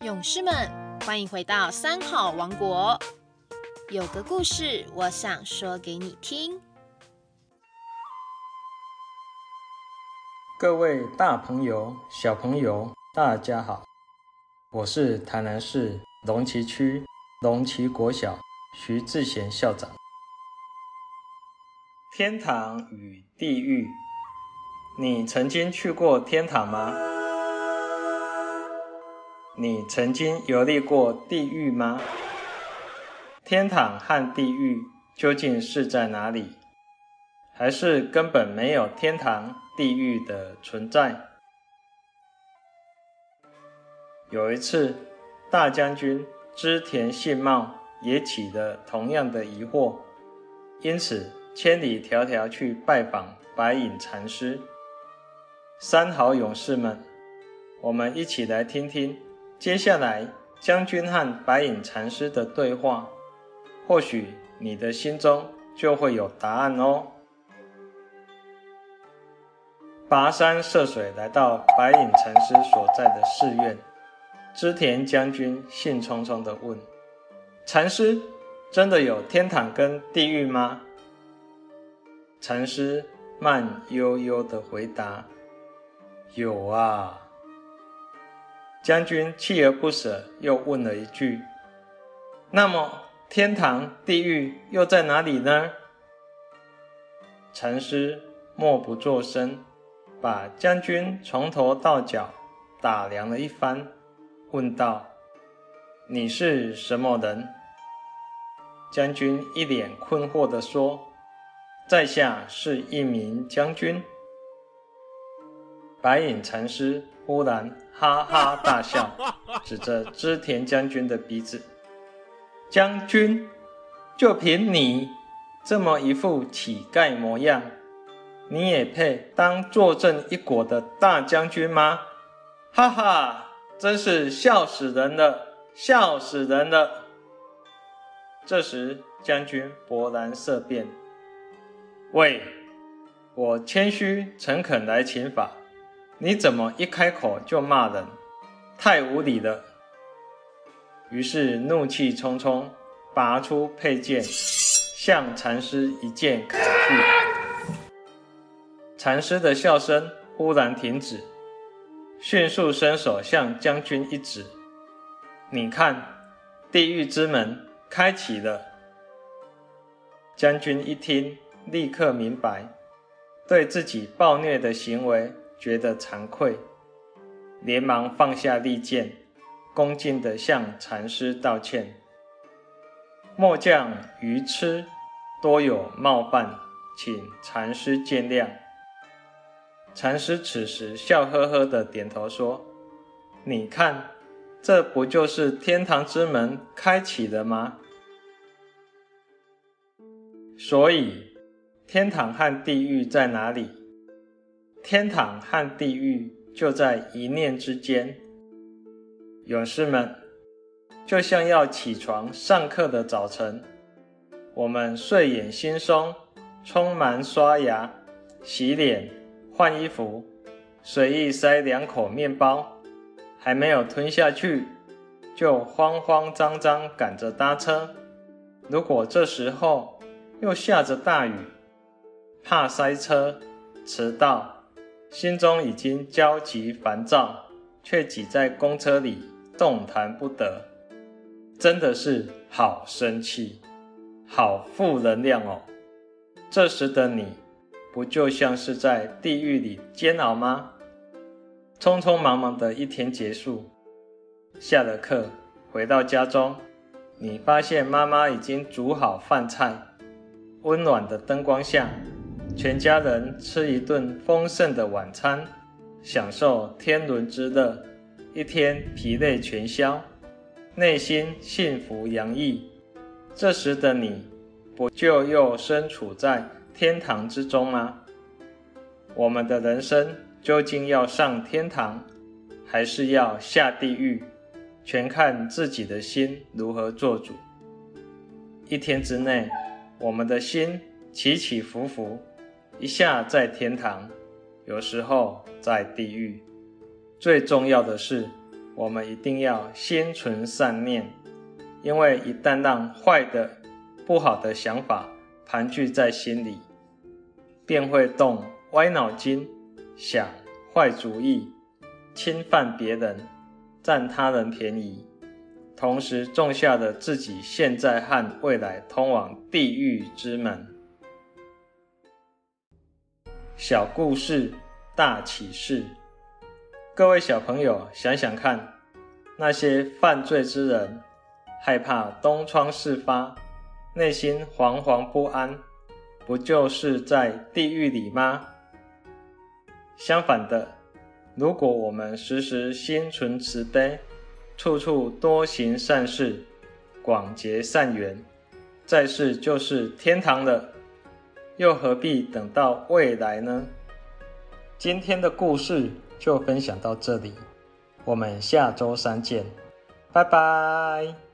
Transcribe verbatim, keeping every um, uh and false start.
勇士们，欢迎回到三好王国。有个故事，我想说给你听。 各位大朋友、小朋友，大家好，我是台南市龙崎区龙崎国小徐志贤校长。天堂与地狱，你曾经去过天堂吗？你曾经游历过地狱吗？天堂和地狱究竟是在哪里？还是根本没有天堂、地狱的存在？有一次，大将军织田信茂也起了同样的疑惑，因此千里迢迢去拜访白隐禅师。三好勇士们，我们一起来听听接下来将军和白隐禅师的对话，或许你的心中就会有答案哦。跋山涉水来到白隐禅师所在的寺院，织田将军兴冲冲地问：禅师，真的有天堂跟地狱吗？禅师慢悠悠地回答：有啊。将军锲而不舍又问了一句：那么天堂、地狱又在哪里呢？禅师默不作声，把将军从头到脚打量了一番，问道：你是什么人？将军一脸困惑地说：在下是一名将军。白隐禅师忽然哈哈大笑，指着织田将军的鼻子：将军，就凭你这么一副乞丐模样，你也配当坐镇一国的大将军吗？哈哈，真是笑死人了，笑死人了。这时将军勃然色变：喂，我谦虚诚恳来请法，你怎么一开口就骂人？太无礼了。于是怒气冲冲，拔出佩剑，向禅师一剑砍去。禅师的笑声忽然停止，迅速伸手向将军一指：你看，地狱之门开启了。将军一听，立刻明白，对自己暴虐的行为觉得惭愧，连忙放下利剑，恭敬地向禅师道歉：末将愚痴，多有冒犯，请禅师见谅。禅师此时笑呵呵地点头说：你看，这不就是天堂之门开启了吗？所以天堂和地狱在哪里？天堂和地狱就在一念之间。勇士们，就像要起床上课的早晨，我们睡眼惺忪，匆忙刷牙、洗脸、换衣服，随意塞两口面包，还没有吞下去，就慌慌张张赶着搭车。如果这时候又下着大雨，怕塞车、迟到，心中已经焦急烦躁，却挤在公车里动弹不得，真的是好生气，好负能量哦。这时的你，不就像是在地狱里煎熬吗？匆匆忙忙的一天结束，下了课回到家中，你发现妈妈已经煮好饭菜，温暖的灯光下，全家人吃一顿丰盛的晚餐，享受天伦之乐，一天疲累全消，内心幸福洋溢。这时的你，不就又身处在天堂之中吗？我们的人生究竟要上天堂，还是要下地狱，全看自己的心如何做主。一天之内，我们的心起起伏伏，一下在天堂，有时候在地狱。最重要的是， 我们一定要心存善念，因为一旦让坏的、不好的想法盘踞在心里，便会动歪脑筋，想坏主意，侵犯别人，占他人便宜，同时种下了自己现在和未来通往地狱之门。小故事大启示，各位小朋友想想看，那些犯罪之人害怕东窗事发，内心惶惶不安，不就是在地狱里吗？相反的，如果我们时时心存慈悲，处处多行善事，广结善缘，在世就是天堂了，又何必等到未来呢？今天的故事就分享到这里，我们下周三见，拜拜。